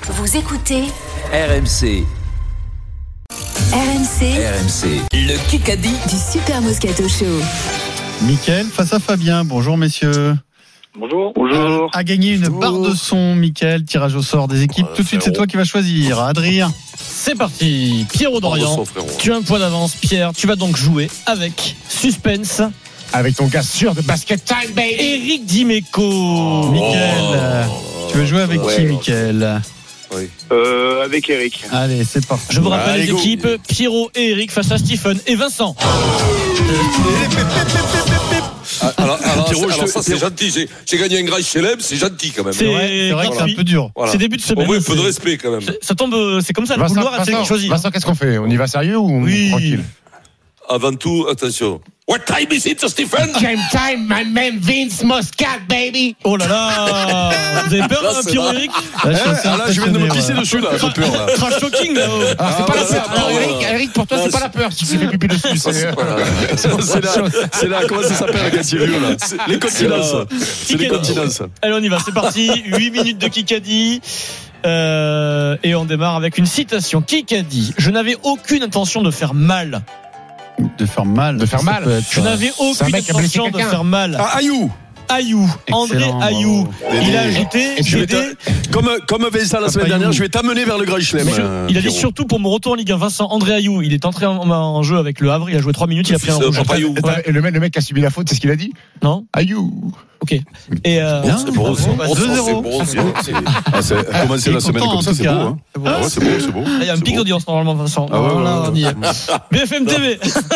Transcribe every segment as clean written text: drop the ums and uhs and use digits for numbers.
Vous écoutez RMC. RMC, Le Kikadi du Super Moscato Show. Mickaël face à Fabien. Bonjour messieurs. Bonjour. A gagné une barre de son, Mickaël. Tirage au sort des équipes. Tout de suite, c'est toi qui vas choisir. Adrien. C'est parti, Pierrot Dorian, tu as un point d'avance. Pierre, tu vas donc jouer avec suspense. Avec ton gars sûr de Basket Time, baby. Eric Dimeco. Mickaël, tu veux jouer avec qui, Mickaël? Avec Eric. Allez, c'est parti. Je vous rappelle les équipes, Pierrot et Eric face à Stephen et Vincent. Alors ça c'est gentil, j'ai gagné un grand chelem, c'est gentil quand même. C'est vrai que c'est un peu dur. C'est début de semaine. Au moins un peu de respect quand même. Ça tombe, c'est comme ça, le couloir a qui choisit. Vincent, qu'est-ce qu'on fait? On y va sérieux ou tranquille? Avant tout, attention. What time is it, Stephen? Game time, my man Vince Muscat, baby. Oh là là. Vous avez peur, Pierrot et Eric? Là, je viens de me pisser dessus là, j'ai peur là. Trash talking là. C'est pas la peur. Eric, pour toi, c'est pas la peur si tu fais pipi dessus. C'est là, comment ça s'appelle quand il est vieux là? Les continences. C'est les continences. Allez, on y va, c'est parti. 8 minutes de Kikadi. Et on démarre avec une citation. Kikadi. Je n'avais aucune intention de faire mal. De faire mal. Je n'avais aucune intention de faire mal. Ayou, André Ayou. Il a ajouté. Comme Vincent la semaine dernière, je vais t'amener vers le Grand Chelem. Il a dit surtout pour mon retour en Ligue 1, Vincent, André Ayou. Il est entré en jeu avec Le Havre. Il a joué 3 minutes. Il a pris un rouge. Et le mec qui a subi la faute, c'est ce qu'il a dit? Non. Ayou. Ok. Et c'est bon, 2-0. Commencer la semaine comme ça, c'est beau. Hein. C'est beau. Il y a un pic d'audience normalement, Vincent. On y est. BFM TV.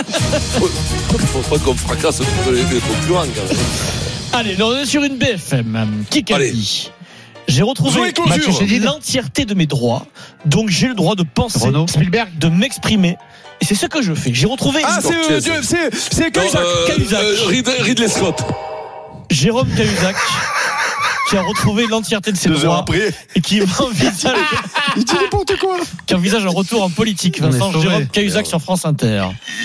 Faut pas qu'on fracasse tous les concurrents quand même. Allez, on est sur une BFM. Kikadi. J'ai retrouvé l'entièreté de mes droits, donc j'ai le droit de penser, Spielberg, de m'exprimer. Et c'est ce que je fais. J'ai retrouvé. C'est Cahuzac. Ridley Scott. Jérôme Cahuzac, qui a retrouvé l'entièreté de ses droits et qui envisage. Il dit n'importe quoi. Qui envisage un retour en politique. Vincent, Jérôme Cahuzac sur France Inter.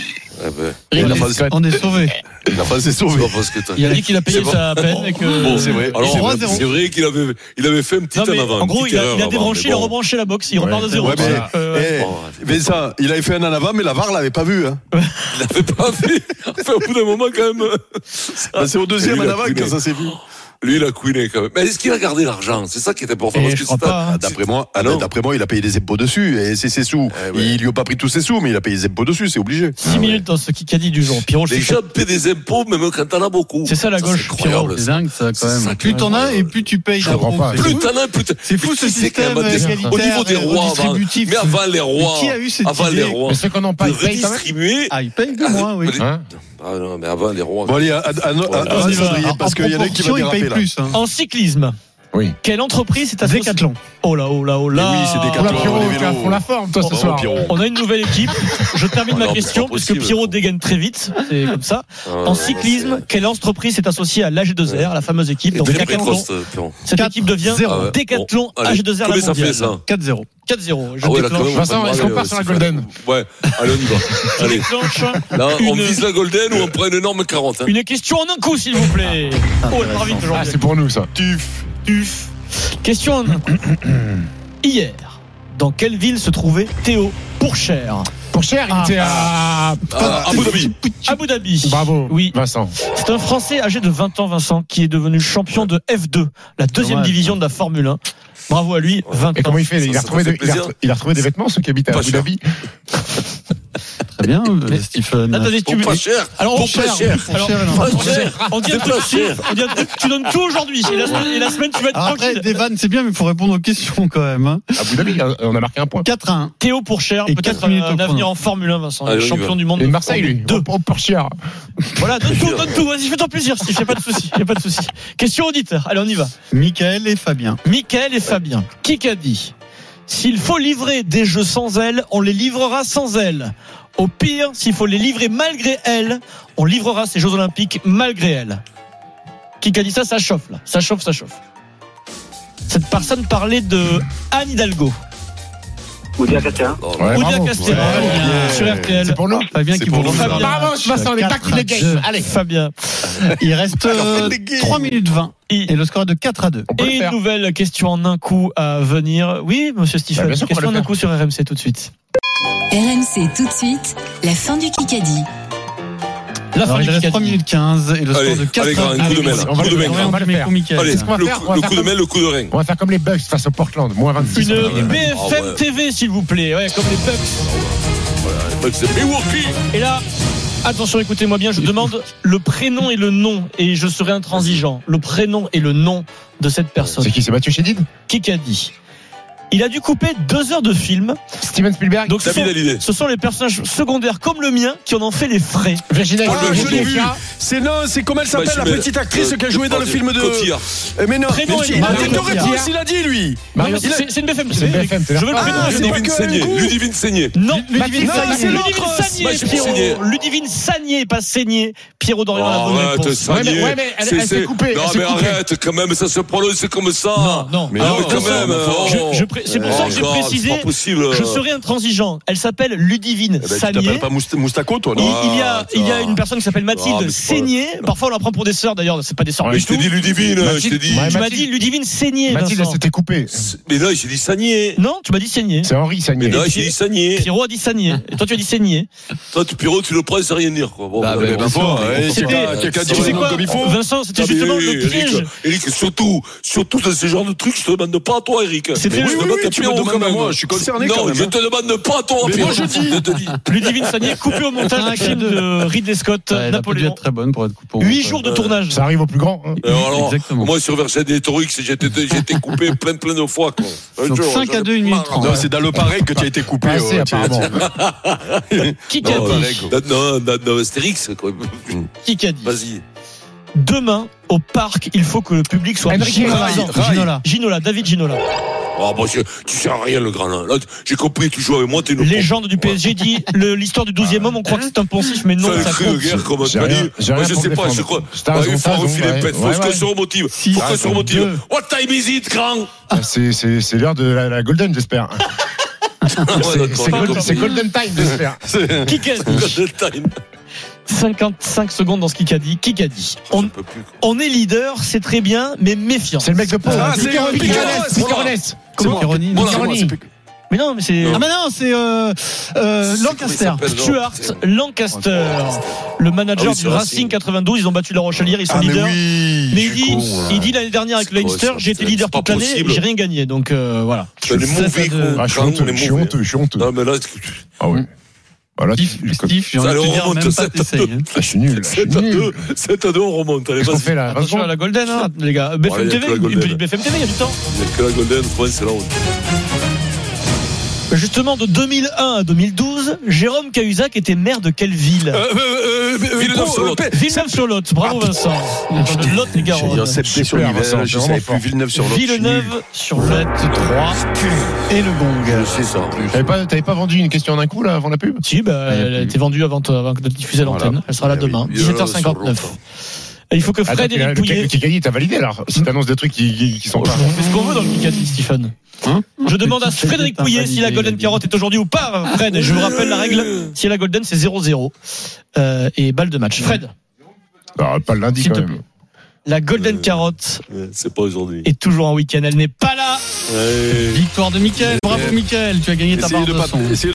On est sauvé. Il a pas sauvé. Il a dit qu'il a payé sa peine et que. Bon, c'est vrai. Alors, c'est vrai qu'il avait fait un petit en avant. En gros, il a débranché, il a rebranché la box, il repart de zéro. Mais ça, il avait fait un en avant, mais la VAR l'avait pas vu. Il l'avait pas vu. Enfin, au bout d'un moment, quand même. C'est au deuxième en avant que ça s'est vu. Lui, il a couiné quand même. Mais est-ce qu'il a gardé l'argent? C'est ça qui est important. Parce que d'après moi, il a payé des impôts dessus. Et c'est ses sous. Il lui a pas pris tous ses sous, mais il a payé des impôts dessus, c'est obligé. 6 minutes dans ce Kikadi du jour. Pierrot, les gens paient des impôts, même quand t'en as beaucoup. C'est ça la gauche, Pierrot. C'est dingue ça quand même. Plus t'en as et plus tu payes. Plus t'en as, plus c'est fou ce système au niveau des rois. Mais avant les rois. Qui a eu cette idée? Mais ceux qu'on n'en pas, ils payent quand même. Ah, ils payent de moins, oui. Ah non, mais avant les rois. Bon, allez, parce qu'il y en a qui va déraper là. En cyclisme. Oui. Quelle entreprise est associée? Décathlon. Oh là. Oui, c'est Décathlon. Pour la forme, toi, ce soir. On a une nouvelle équipe. Je termine ma question puisque Pierrot dégaine très vite. C'est comme ça. En cyclisme, quelle entreprise est associée à l'AG2R, la fameuse équipe? Donc Décathlon. Cette équipe devient Décathlon AG2R la mondiale. 4-0. 4-0. Vincent, est-ce qu'on part sur la Golden? Ouais. Allez, on y va. Allez. Là, on vise la Golden ou on prend une énorme 40. Une question en un coup, s'il vous plaît. Oh, elle part vite aujourd'hui. C'est pour nous, ça. Tuf. Question en un coup. Hier, dans quelle ville se trouvait Théo Pourchère? Pourchère, il était à Abu Dhabi. Abu Dhabi. Bravo. Oui. Vincent. C'est un Français âgé de 20 ans, Vincent, qui est devenu champion de F2, la deuxième division de la Formule 1. Bravo à lui, 20 ans. Et comment il fait? Il a retrouvé des vêtements, ceux qui habitent à Abu Dhabi. Très bien, Stephen. Pas cher. Alors, pas cher. On dit un truc, tu donnes tout aujourd'hui. Et la semaine, tu vas être tranquille. Après, des vannes, c'est bien, mais il faut répondre aux questions quand même. Abu Dhabi, on a marqué un point. 4-1. Théo Pourchère, peut-être un avenir en Formule 1, Vincent. Champion du monde. Et Marseille, lui. Pourchère. Voilà, donne tout. Vas-y, fais-toi plaisir, Steve. Y a pas de souci. Question auditeur. Allez, on y va. Mickaël et Fabien. Kikadi. S'il faut livrer des jeux sans elles, on les livrera sans elles. Au pire, s'il faut les livrer malgré elles, on livrera ces Jeux Olympiques malgré elles. Kikadi, ça chauffe là. Ça chauffe. Cette personne parlait de Anne Hidalgo. Oudia Castera. Oudia Castera sur RTL. C'est pour nous. Fabien qui vous remercie. Bravo, Vincent, les tactiques de game. Allez, Fabien. Il reste 3 minutes 20 et le score est de 4-2. Et une nouvelle question en un coup à venir. Oui, monsieur Stephen, question en un coup sur RMC tout de suite. RMC tout de suite, la fin du Kikadi. Il reste 3 minutes 15 et le score de 4-2. Allez, un coup de main. On va le faire. Allez, le coup de main, le coup de rein. On va faire comme les Bucks face au Portland, moins 26. Une BFM TV, s'il vous plaît. Ouais, comme les Bucks. Les Bucks, c'est Milwaukee. Et là, attention, écoutez-moi bien, je demande le prénom et le nom, et je serai intransigeant. Le prénom et le nom de cette personne. C'est qui? C'est Mathieu Chédid? Kikadi. Il a dû couper 2 heures de film. Steven Spielberg. Donc ce sont les personnages secondaires comme le mien qui en ont fait les frais. Virginia. Je l'ai vu. C'est comment elle s'appelle, la petite actrice qui a joué dans le film de Cotillard. Mais non, Prénom il a dit 2 réponses, il a dit lui. C'est une BFM. C'est une BFM. Je veux le prénom. Ludivine Sagné. Non, Ludivine Sagné. Ludivine Sagné, pas Saigné. Pierrot Dorian a la bonne réponse. Ouais, mais elle s'est coupée. Non, mais arrête, quand même, ça se prononce comme ça. Non. Mais quand même. C'est pour ça que j'ai précisé. Je serai intransigeant. Elle s'appelle Ludivine Tu Sagné. t'appelles pas Moustako, toi, non? Il y a une personne qui s'appelle Mathilde Saigné. Parfois, on la prend pour des sœurs, d'ailleurs. C'est pas des sœurs du Je t'ai tout. dit Ludivine, je t'ai dit. Tu m'as dit Ludivine Saigné. Mathilde, elle s'était coupée. Mais non, j'ai dit Sagné. Non, tu m'as dit Saigné. C'est Henri Sagné. Mais non, j'ai dit Sagné. Pierrot a dit Sagné. Et toi, tu as dit Saigné. Toi, Pierrot, tu le prends sans rien dire, quoi. Bon, Quelqu'un dit le nom comme il faut. Vincent, c'était justement le piège. Eric, surtout dans ce genre de trucs, je te demande pas à toi, Eric. Tu me demandes à moi, je suis concerné quand même. Non, je te demande pas à toi, mais moi je dis. Ludivine Sagné, coupé au montage du film de Ridley Scott, Napoléon. Très bonne pour être coupée. 8 jours de tournage. Ça arrive au plus grand. Alors, Exactement. moi, sur Verset des Torux, j'ai été coupé plein de fois, quoi. Donc 5-2, 1 minute 30. Non, c'est dans le pareil que tu as été coupé. Apparemment. Qui a dit? Non, Astérix, quoi. Qui a dit? Vas-y. Demain, au parc, il faut que le public soit Ginola, David Ginola. Oh, bon, tu sers à rien, le grand là. Là, j'ai compris, tu joues avec moi, t'es une légende du PSG dit l'histoire du 12e homme, on croit que c'est un poncif, mais non, ça ça crie compte. de guerre comme J'ai un rien moi, je sais pas, défendre. je crois. Il faut refiler le pet, faut que se remotive. Faut que se remotive. What time is it, grand? C'est l'heure de la Golden, j'espère. C'est Golden Time, j'espère. Golden Time. 55 secondes dans ce Kikadi. Kikadi. On est leader, c'est très bien, mais méfiance. C'est le mec de Pau. C'est Picaronès. Comment Pironi? Mais non, mais c'est. Ah, mais non, c'est Lancaster. Stuart Lancaster, le manager du Racing 92. Ils ont battu la Roche-Allière, ils sont leaders. Mais il dit l'année dernière avec le Leinster, j'ai été leader toute l'année et j'ai rien gagné. Donc voilà. Les mauvais Je suis honteux. Non, mais là, ah oui. Voilà, Steve, j'ai envie de te dire, même pas t'essayes. Je suis nul. 7-2, on remonte. Allez, vas-y. Fait là. Attention à la Golden, hein, les gars. BFM TV, il y a du temps. Il n'y a que la Golden, c'est là où. Justement, de 2001 à 2012, Jérôme Cahuzac était maire de quelle ville? Villeneuve-sur-Lot. Villeneuve-sur-Lot. Bravo Vincent. De Lot et Garonne. sur l'hiver, je savais plus Villeneuve-sur-Lot. Villeneuve-sur-Lot 3 et le gong. C'est ça. T'avais pas vendu une question d'un coup là avant la pub? Si, elle a été vendue avant de diffuser l'antenne. Elle sera là demain, 17h59. Il faut que Fred et Pouillet. Le Kikadi, t'as validé alors? Si t'annonces des trucs qui sont pas. On fait ce qu'on veut dans le Kikadi, Stephen. Je demande à Frédéric Pouillet si la Golden Carotte est aujourd'hui ou pas, Fred. Et je vous rappelle la règle. Si la Golden, c'est 0-0. Et balle de match. Fred. Pas le lundi quand même. La Golden Carotte. C'est pas aujourd'hui. Est toujours en week-end. Elle n'est pas là. Victoire de Mickaël. Bravo Mickaël. Tu as gagné ta barre de son.